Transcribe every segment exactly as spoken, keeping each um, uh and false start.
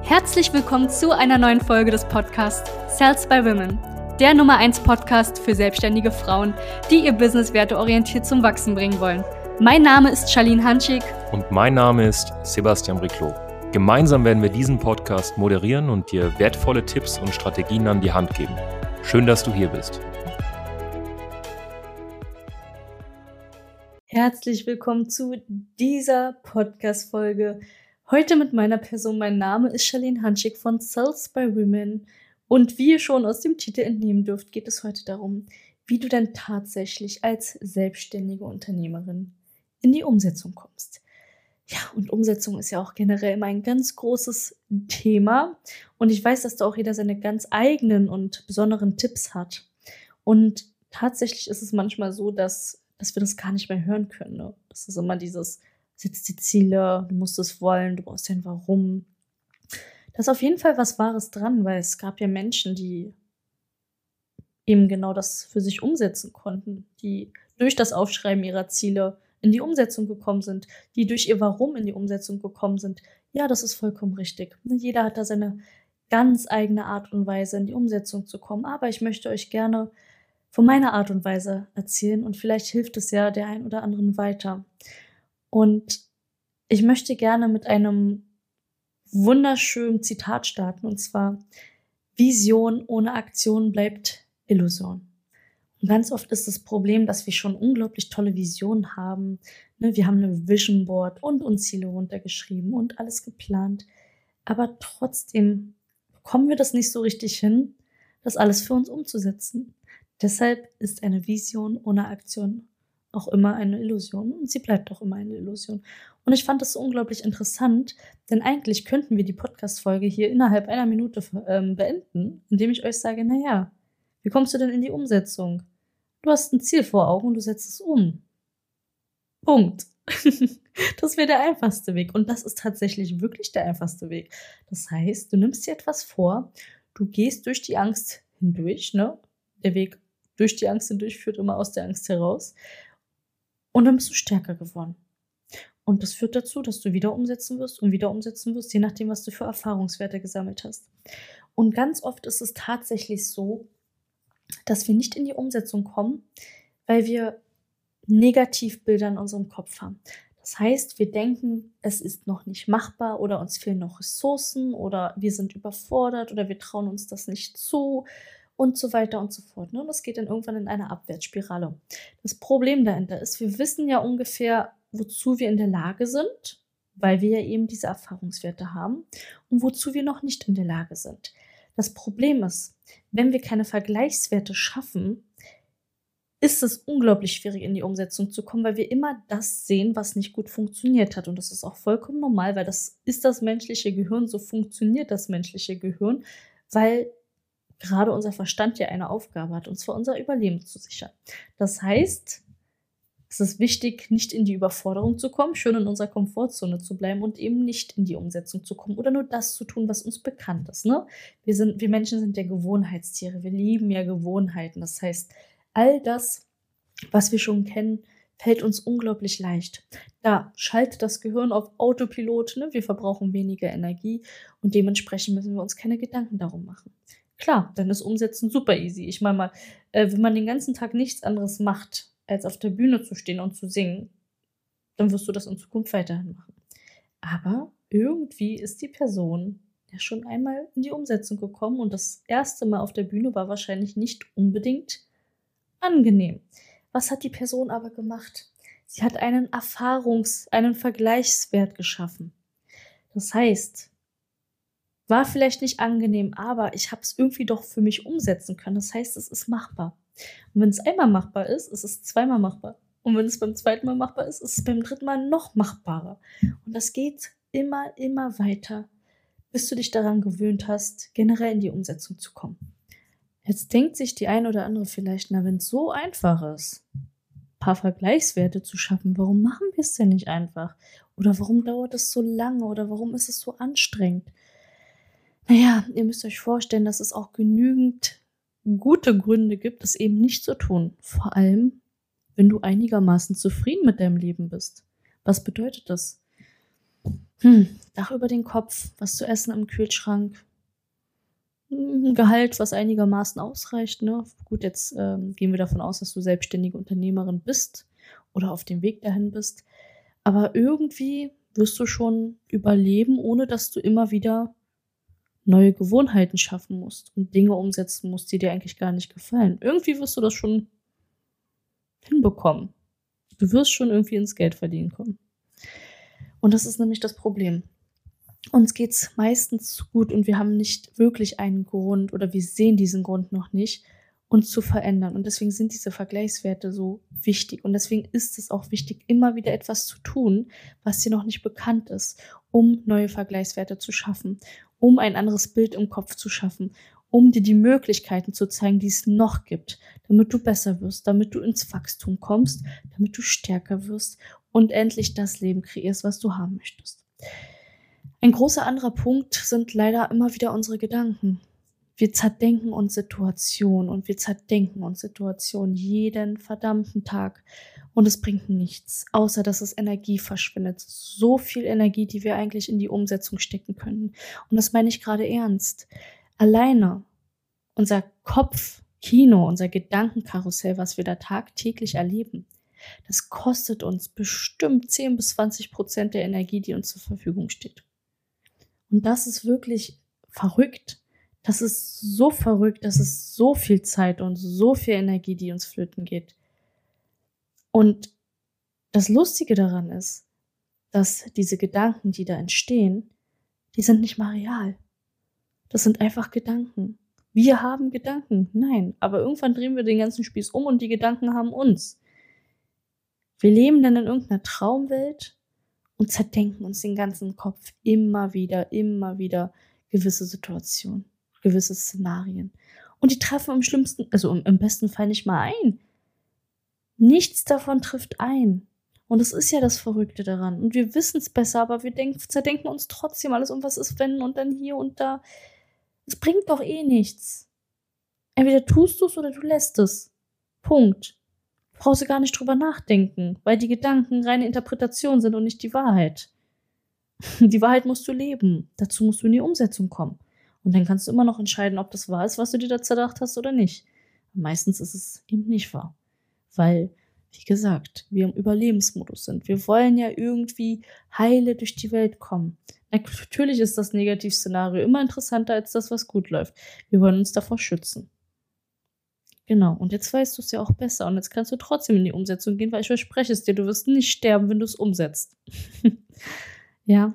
Herzlich willkommen zu einer neuen Folge des Podcasts Sales by Women, der Nummer eins Podcast für selbstständige Frauen, die ihr Business werteorientiert zum Wachsen bringen wollen. Mein Name ist Charlene Hanschig. Und mein Name ist Sebastian Briclot. Gemeinsam werden wir diesen Podcast moderieren und dir wertvolle Tipps und Strategien an die Hand geben. Schön, dass du hier bist. Herzlich willkommen zu dieser Podcast-Folge. Heute mit meiner Person. Mein Name ist Charlene Hanschig von Sales by Women. Und wie ihr schon aus dem Titel entnehmen dürft, geht es heute darum, wie du denn tatsächlich als selbstständige Unternehmerin in die Umsetzung kommst. Ja, und Umsetzung ist ja auch generell immer ein ganz großes Thema. Und ich weiß, dass da auch jeder seine ganz eigenen und besonderen Tipps hat. Und tatsächlich ist es manchmal so, dass, dass wir das gar nicht mehr hören können. Ne? Das ist immer dieses, setz die Ziele, du musst es wollen, du brauchst ein Warum. Da ist auf jeden Fall was Wahres dran, weil es gab ja Menschen, die eben genau das für sich umsetzen konnten, die durch das Aufschreiben ihrer Ziele in die Umsetzung gekommen sind, die durch ihr Warum in die Umsetzung gekommen sind. Ja, das ist vollkommen richtig. Jeder hat da seine ganz eigene Art und Weise, in die Umsetzung zu kommen. Aber ich möchte euch gerne von meiner Art und Weise erzählen und vielleicht hilft es ja der einen oder anderen weiter. Und ich möchte gerne mit einem wunderschönen Zitat starten, und zwar: Vision ohne Aktion bleibt Illusion. Und ganz oft ist das Problem, dass wir schon unglaublich tolle Visionen haben. Ne, wir haben eine Vision Board und uns Ziele runtergeschrieben und alles geplant. Aber trotzdem bekommen wir das nicht so richtig hin, das alles für uns umzusetzen. Deshalb ist eine Vision ohne Aktion auch immer eine Illusion und sie bleibt auch immer eine Illusion. Und ich fand das so unglaublich interessant, denn eigentlich könnten wir die Podcast-Folge hier innerhalb einer Minute ähm, beenden, indem ich euch sage, naja, wie kommst du denn in die Umsetzung? Du hast ein Ziel vor Augen und du setzt es um. Punkt. Das wäre der einfachste Weg und das ist tatsächlich wirklich der einfachste Weg. Das heißt, du nimmst dir etwas vor, du gehst durch die Angst hindurch, ne? Der Weg durch die Angst hindurch führt immer aus der Angst heraus. Und dann bist du stärker geworden. Und das führt dazu, dass du wieder umsetzen wirst und wieder umsetzen wirst, je nachdem, was du für Erfahrungswerte gesammelt hast. Und ganz oft ist es tatsächlich so, dass wir nicht in die Umsetzung kommen, weil wir Negativbilder in unserem Kopf haben. Das heißt, wir denken, es ist noch nicht machbar oder uns fehlen noch Ressourcen oder wir sind überfordert oder wir trauen uns das nicht zu. Und so weiter und so fort. Und das geht dann irgendwann in eine Abwärtsspirale. Das Problem dahinter ist, wir wissen ja ungefähr, wozu wir in der Lage sind, weil wir ja eben diese Erfahrungswerte haben und wozu wir noch nicht in der Lage sind. Das Problem ist, wenn wir keine Vergleichswerte schaffen, ist es unglaublich schwierig, in die Umsetzung zu kommen, weil wir immer das sehen, was nicht gut funktioniert hat. Und das ist auch vollkommen normal, weil das ist das menschliche Gehirn, so funktioniert das menschliche Gehirn, weil gerade unser Verstand ja eine Aufgabe hat, und zwar unser Überleben zu sichern. Das heißt, es ist wichtig, nicht in die Überforderung zu kommen, schön in unserer Komfortzone zu bleiben und eben nicht in die Umsetzung zu kommen oder nur das zu tun, was uns bekannt ist. Ne? Wir sind, wir Menschen sind ja Gewohnheitstiere, wir lieben ja Gewohnheiten. Das heißt, all das, was wir schon kennen, fällt uns unglaublich leicht. Da schaltet das Gehirn auf Autopilot, ne? Wir verbrauchen weniger Energie und dementsprechend müssen wir uns keine Gedanken darum machen. Klar, dann ist Umsetzen super easy. Ich meine mal, äh, wenn man den ganzen Tag nichts anderes macht, als auf der Bühne zu stehen und zu singen, dann wirst du das in Zukunft weiterhin machen. Aber irgendwie ist die Person ja schon einmal in die Umsetzung gekommen und das erste Mal auf der Bühne war wahrscheinlich nicht unbedingt angenehm. Was hat die Person aber gemacht? Sie hat einen Erfahrungs-, einen Vergleichswert geschaffen. Das heißt, war vielleicht nicht angenehm, aber ich habe es irgendwie doch für mich umsetzen können. Das heißt, es ist machbar. Und wenn es einmal machbar ist, ist es zweimal machbar. Und wenn es beim zweiten Mal machbar ist, ist es beim dritten Mal noch machbarer. Und das geht immer, immer weiter, bis du dich daran gewöhnt hast, generell in die Umsetzung zu kommen. Jetzt denkt sich die ein oder andere vielleicht, na, wenn es so einfach ist, ein paar Vergleichswerte zu schaffen, warum machen wir es denn nicht einfach? Oder warum dauert es so lange? Oder warum ist es so anstrengend? Naja, ihr müsst euch vorstellen, dass es auch genügend gute Gründe gibt, es eben nicht zu tun. Vor allem, wenn du einigermaßen zufrieden mit deinem Leben bist. Was bedeutet das? Hm, Dach über den Kopf, was zu essen im Kühlschrank, ein Gehalt, was einigermaßen ausreicht, ne? Gut, jetzt ähm, gehen wir davon aus, dass du selbstständige Unternehmerin bist oder auf dem Weg dahin bist. Aber irgendwie wirst du schon überleben, ohne dass du immer wieder neue Gewohnheiten schaffen musst und Dinge umsetzen musst, die dir eigentlich gar nicht gefallen. Irgendwie wirst du das schon hinbekommen. Du wirst schon irgendwie ins Geld verdienen kommen. Und das ist nämlich das Problem. Uns geht's meistens gut und wir haben nicht wirklich einen Grund oder wir sehen diesen Grund noch nicht, uns zu verändern. Und deswegen sind diese Vergleichswerte so wichtig. Und deswegen ist es auch wichtig, immer wieder etwas zu tun, was dir noch nicht bekannt ist, um neue Vergleichswerte zu schaffen, um ein anderes Bild im Kopf zu schaffen, um dir die Möglichkeiten zu zeigen, die es noch gibt, damit du besser wirst, damit du ins Wachstum kommst, damit du stärker wirst und endlich das Leben kreierst, was du haben möchtest. Ein großer anderer Punkt sind leider immer wieder unsere Gedanken. Wir zerdenken uns Situationen und wir zerdenken uns Situationen jeden verdammten Tag und es bringt nichts, außer dass es Energie verschwindet. So viel Energie, die wir eigentlich in die Umsetzung stecken können. Und das meine ich gerade ernst. Alleine unser Kopfkino, unser Gedankenkarussell, was wir da tagtäglich erleben, das kostet uns bestimmt zehn bis zwanzig Prozent der Energie, die uns zur Verfügung steht. Und das ist wirklich verrückt. Das ist so verrückt, das ist so viel Zeit und so viel Energie, die uns flöten geht. Und das Lustige daran ist, dass diese Gedanken, die da entstehen, die sind nicht mal real. Das sind einfach Gedanken. Wir haben Gedanken, nein, aber irgendwann drehen wir den ganzen Spieß um und die Gedanken haben uns. Wir leben dann in irgendeiner Traumwelt und zerdenken uns den ganzen Kopf immer wieder, immer wieder gewisse Situationen, gewisse Szenarien. Und die treffen im schlimmsten, also im, im besten Fall nicht mal ein. Nichts davon trifft ein. Und das ist ja das Verrückte daran. Und wir wissen es besser, aber wir denken, zerdenken uns trotzdem alles um, was ist wenn und dann hier und da. Es bringt doch eh nichts. Entweder tust du es oder du lässt es. Punkt. Brauchst du gar nicht drüber nachdenken, weil die Gedanken reine Interpretation sind und nicht die Wahrheit. Die Wahrheit musst du leben. Dazu musst du in die Umsetzung kommen. Und dann kannst du immer noch entscheiden, ob das wahr ist, was du dir da zerdacht hast oder nicht. Meistens ist es eben nicht wahr. Weil, wie gesagt, wir im Überlebensmodus sind. Wir wollen ja irgendwie heile durch die Welt kommen. Natürlich ist das Negativszenario immer interessanter als das, was gut läuft. Wir wollen uns davor schützen. Genau, und jetzt weißt du es ja auch besser und jetzt kannst du trotzdem in die Umsetzung gehen, weil ich verspreche es dir, du wirst nicht sterben, wenn du es umsetzt. Ja.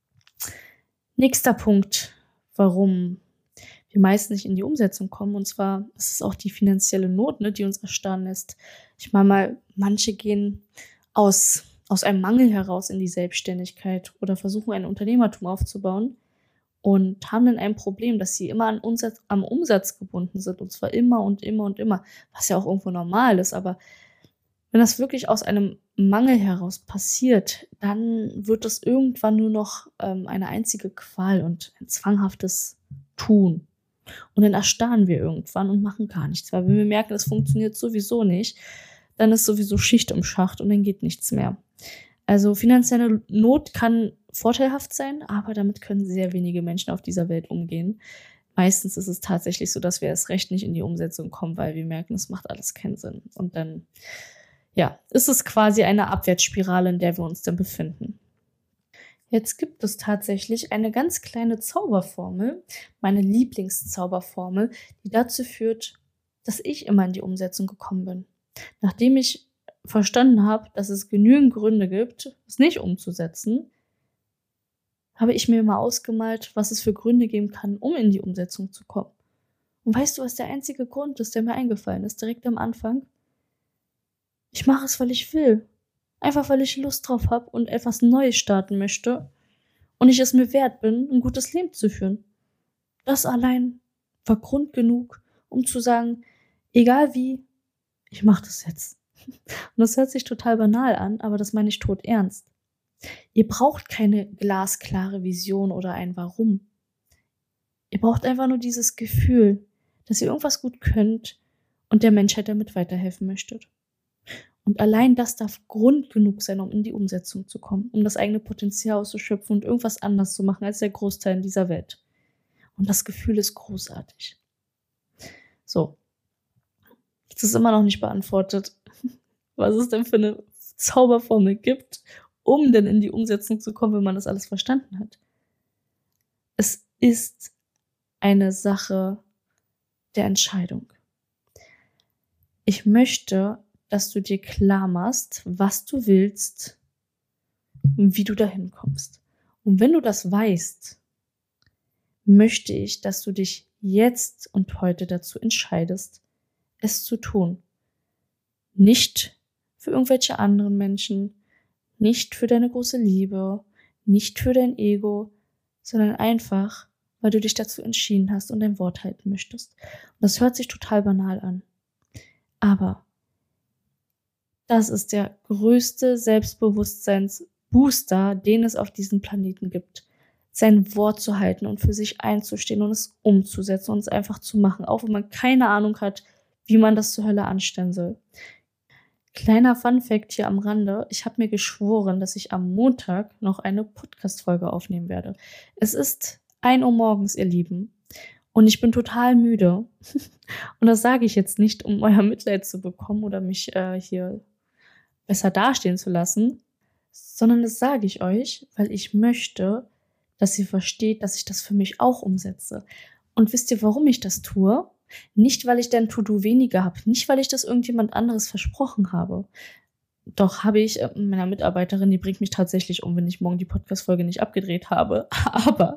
Nächster Punkt, warum wir meist nicht in die Umsetzung kommen, und zwar ist es auch die finanzielle Not, ne, die uns erstarren lässt. Ich meine mal, manche gehen aus, aus einem Mangel heraus in die Selbstständigkeit oder versuchen ein Unternehmertum aufzubauen und haben dann ein Problem, dass sie immer an Umsatz, am Umsatz gebunden sind. Und zwar immer und immer und immer. Was ja auch irgendwo normal ist. Aber wenn das wirklich aus einem Mangel heraus passiert, dann wird das irgendwann nur noch ähm, eine einzige Qual und ein zwanghaftes Tun. Und dann erstarren wir irgendwann und machen gar nichts. Weil wenn wir merken, es funktioniert sowieso nicht, dann ist sowieso Schicht im Schacht und dann geht nichts mehr. Also finanzielle Not kann vorteilhaft sein, aber damit können sehr wenige Menschen auf dieser Welt umgehen. Meistens ist es tatsächlich so, dass wir erst recht nicht in die Umsetzung kommen, weil wir merken, es macht alles keinen Sinn. Und dann, ja, ist es quasi eine Abwärtsspirale, in der wir uns dann befinden. Jetzt gibt es tatsächlich eine ganz kleine Zauberformel, meine Lieblingszauberformel, die dazu führt, dass ich immer in die Umsetzung gekommen bin. Nachdem ich verstanden habe, dass es genügend Gründe gibt, es nicht umzusetzen, habe ich mir mal ausgemalt, was es für Gründe geben kann, um in die Umsetzung zu kommen. Und weißt du, was der einzige Grund ist, der mir eingefallen ist, direkt am Anfang? Ich mache es, weil ich will. Einfach, weil ich Lust drauf habe und etwas Neues starten möchte und ich es mir wert bin, ein gutes Leben zu führen. Das allein war Grund genug, um zu sagen, egal wie, ich mache das jetzt. Und das hört sich total banal an, aber das meine ich todernst. Ihr braucht keine glasklare Vision oder ein Warum. Ihr braucht einfach nur dieses Gefühl, dass ihr irgendwas gut könnt und der Menschheit damit weiterhelfen möchtet. Und allein das darf Grund genug sein, um in die Umsetzung zu kommen, um das eigene Potenzial auszuschöpfen und irgendwas anders zu machen als der Großteil in dieser Welt. Und das Gefühl ist großartig. So, jetzt ist immer noch nicht beantwortet, was es denn für eine Zauberformel gibt, um denn in die Umsetzung zu kommen, wenn man das alles verstanden hat. Es ist eine Sache der Entscheidung. Ich möchte, dass du dir klar machst, was du willst und wie du dahin kommst. Und wenn du das weißt, möchte ich, dass du dich jetzt und heute dazu entscheidest, es zu tun. Nicht für irgendwelche anderen Menschen, nicht für deine große Liebe, nicht für dein Ego, sondern einfach, weil du dich dazu entschieden hast und dein Wort halten möchtest. Und das hört sich total banal an. Aber das ist der größte Selbstbewusstseinsbooster, den es auf diesem Planeten gibt. Sein Wort zu halten und für sich einzustehen und es umzusetzen und es einfach zu machen, auch wenn man keine Ahnung hat, wie man das zur Hölle anstellen soll. Kleiner Funfact hier am Rande, ich habe mir geschworen, dass ich am Montag noch eine Podcast-Folge aufnehmen werde. Es ist ein Uhr morgens, ihr Lieben, und ich bin total müde. Und das sage ich jetzt nicht, um euer Mitleid zu bekommen oder mich äh, hier besser dastehen zu lassen, sondern das sage ich euch, weil ich möchte, dass ihr versteht, dass ich das für mich auch umsetze. Und wisst ihr, warum ich das tue? Nicht, weil ich dann To-Do weniger habe, nicht, weil ich das irgendjemand anderes versprochen habe. Doch habe ich äh, meiner Mitarbeiterin, die bringt mich tatsächlich um, wenn ich morgen die Podcast-Folge nicht abgedreht habe. Aber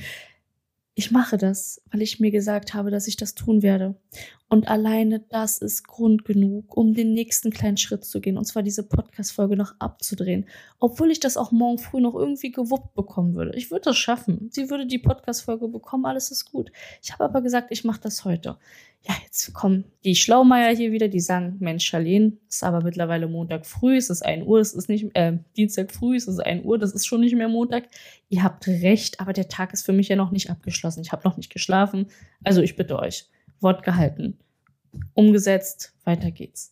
ich mache das, weil ich mir gesagt habe, dass ich das tun werde. Und alleine das ist Grund genug, um den nächsten kleinen Schritt zu gehen. Und zwar diese Podcast-Folge noch abzudrehen. Obwohl ich das auch morgen früh noch irgendwie gewuppt bekommen würde. Ich würde das schaffen. Sie würde die Podcast-Folge bekommen, alles ist gut. Ich habe aber gesagt, ich mache das heute. Ja, jetzt kommen die Schlaumeier hier wieder, die sagen, Mensch, Charlene, es ist aber mittlerweile Montag früh, es ist ein Uhr, es ist nicht, äh, Dienstag früh, es ist ein Uhr, das ist schon nicht mehr Montag. Ihr habt recht, aber der Tag ist für mich ja noch nicht abgeschlossen. Ich habe noch nicht geschlafen, also ich bitte euch, Wort gehalten, umgesetzt, weiter geht's.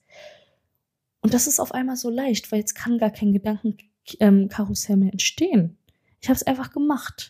Und das ist auf einmal so leicht, weil jetzt kann gar kein Gedankenkarussell mehr entstehen. Ich habe es einfach gemacht.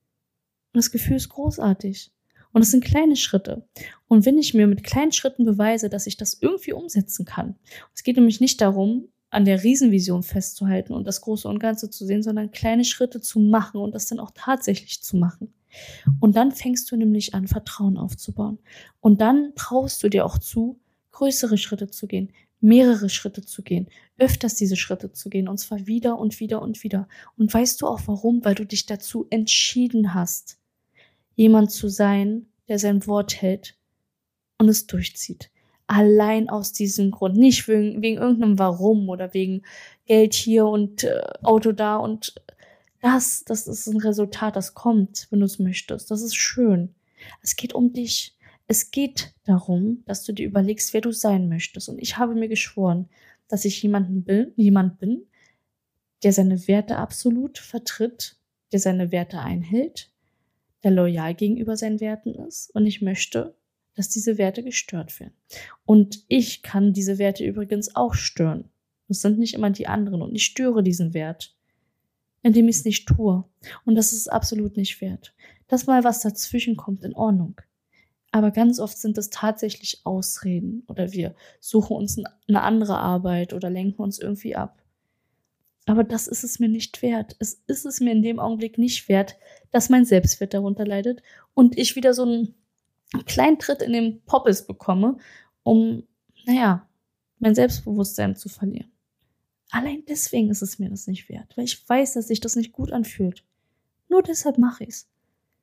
Und das Gefühl ist großartig. Und es sind kleine Schritte. Und wenn ich mir mit kleinen Schritten beweise, dass ich das irgendwie umsetzen kann, es geht nämlich nicht darum, an der Riesenvision festzuhalten und das Große und Ganze zu sehen, sondern kleine Schritte zu machen und das dann auch tatsächlich zu machen. Und dann fängst du nämlich an, Vertrauen aufzubauen. Und dann traust du dir auch zu, größere Schritte zu gehen, mehrere Schritte zu gehen, öfters diese Schritte zu gehen, und zwar wieder und wieder und wieder. Und weißt du auch warum? Weil du dich dazu entschieden hast, jemand zu sein, der sein Wort hält und es durchzieht. Allein aus diesem Grund. Nicht wegen, wegen irgendeinem Warum oder wegen Geld hier und äh, Auto da und das, das ist ein Resultat, das kommt, wenn du es möchtest. Das ist schön. Es geht um dich. Es geht darum, dass du dir überlegst, wer du sein möchtest. Und ich habe mir geschworen, dass ich jemanden bin, jemand bin, der seine Werte absolut vertritt, der seine Werte einhält, der loyal gegenüber seinen Werten ist. Und ich möchte, dass diese Werte gestört werden. Und ich kann diese Werte übrigens auch stören. Das sind nicht immer die anderen. Und ich störe diesen Wert, indem ich es nicht tue. Und das ist absolut nicht wert. Dass mal was dazwischen kommt, in Ordnung. Aber ganz oft sind es tatsächlich Ausreden. Oder wir suchen uns eine andere Arbeit oder lenken uns irgendwie ab. Aber das ist es mir nicht wert. Es ist es mir in dem Augenblick nicht wert, dass mein Selbstwert darunter leidet und ich wieder so einen kleinen Tritt in den Poppes bekomme, um, naja, mein Selbstbewusstsein zu verlieren. Allein deswegen ist es mir das nicht wert, weil ich weiß, dass sich das nicht gut anfühlt. Nur deshalb mache ich es.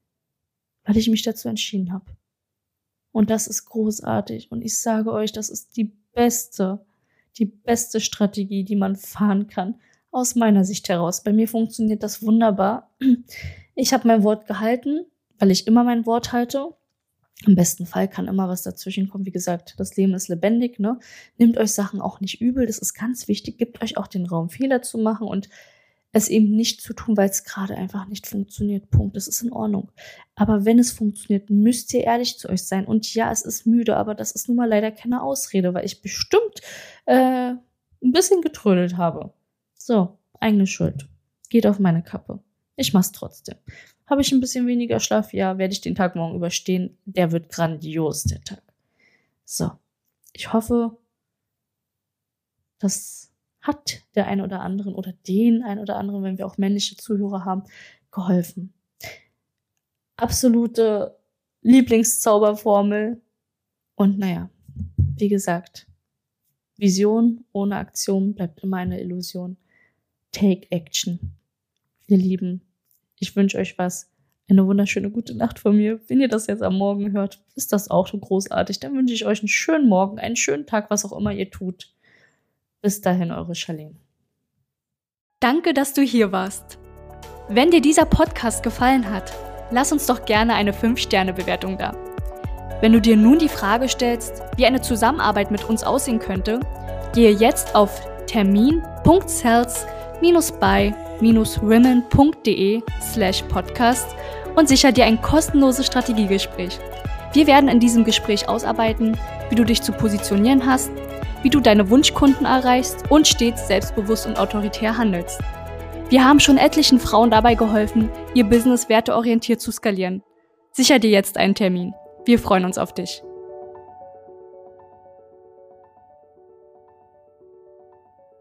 Weil ich mich dazu entschieden habe. Und das ist großartig. Und ich sage euch, das ist die beste, die beste Strategie, die man fahren kann. Aus meiner Sicht heraus. Bei mir funktioniert das wunderbar. Ich habe mein Wort gehalten, weil ich immer mein Wort halte. Im besten Fall kann immer was dazwischen kommen. Wie gesagt, das Leben ist lebendig, ne? Nehmt euch Sachen auch nicht übel. Das ist ganz wichtig. Gebt euch auch den Raum, Fehler zu machen und es eben nicht zu tun, weil es gerade einfach nicht funktioniert. Punkt. Das ist in Ordnung. Aber wenn es funktioniert, müsst ihr ehrlich zu euch sein. Und ja, es ist müde, aber das ist nun mal leider keine Ausrede, weil ich bestimmt äh, ein bisschen getrödelt habe. So, eigene Schuld. Geht auf meine Kappe. Ich mach's trotzdem. Habe ich ein bisschen weniger Schlaf? Ja. Werde ich den Tag morgen überstehen? Der wird grandios, der Tag. So, ich hoffe, das hat der ein oder anderen oder den ein oder anderen, wenn wir auch männliche Zuhörer haben, geholfen. Absolute Lieblingszauberformel. Und naja, wie gesagt, Vision ohne Aktion bleibt immer eine Illusion. Take action. Ihr Lieben, ich wünsche euch was. Eine wunderschöne gute Nacht von mir. Wenn ihr das jetzt am Morgen hört, ist das auch so großartig. Dann wünsche ich euch einen schönen Morgen, einen schönen Tag, was auch immer ihr tut. Bis dahin, eure Charlene. Danke, dass du hier warst. Wenn dir dieser Podcast gefallen hat, lass uns doch gerne eine fünf Sterne Bewertung da. Wenn du dir nun die Frage stellst, wie eine Zusammenarbeit mit uns aussehen könnte, gehe jetzt auf termin punkt sales by women punkt de slash podcast und sicher dir ein kostenloses Strategiegespräch. Wir werden in diesem Gespräch ausarbeiten, wie du dich zu positionieren hast, wie du deine Wunschkunden erreichst und stets selbstbewusst und autoritär handelst. Wir haben schon etlichen Frauen dabei geholfen, ihr Business werteorientiert zu skalieren. Sicher dir jetzt einen Termin. Wir freuen uns auf dich.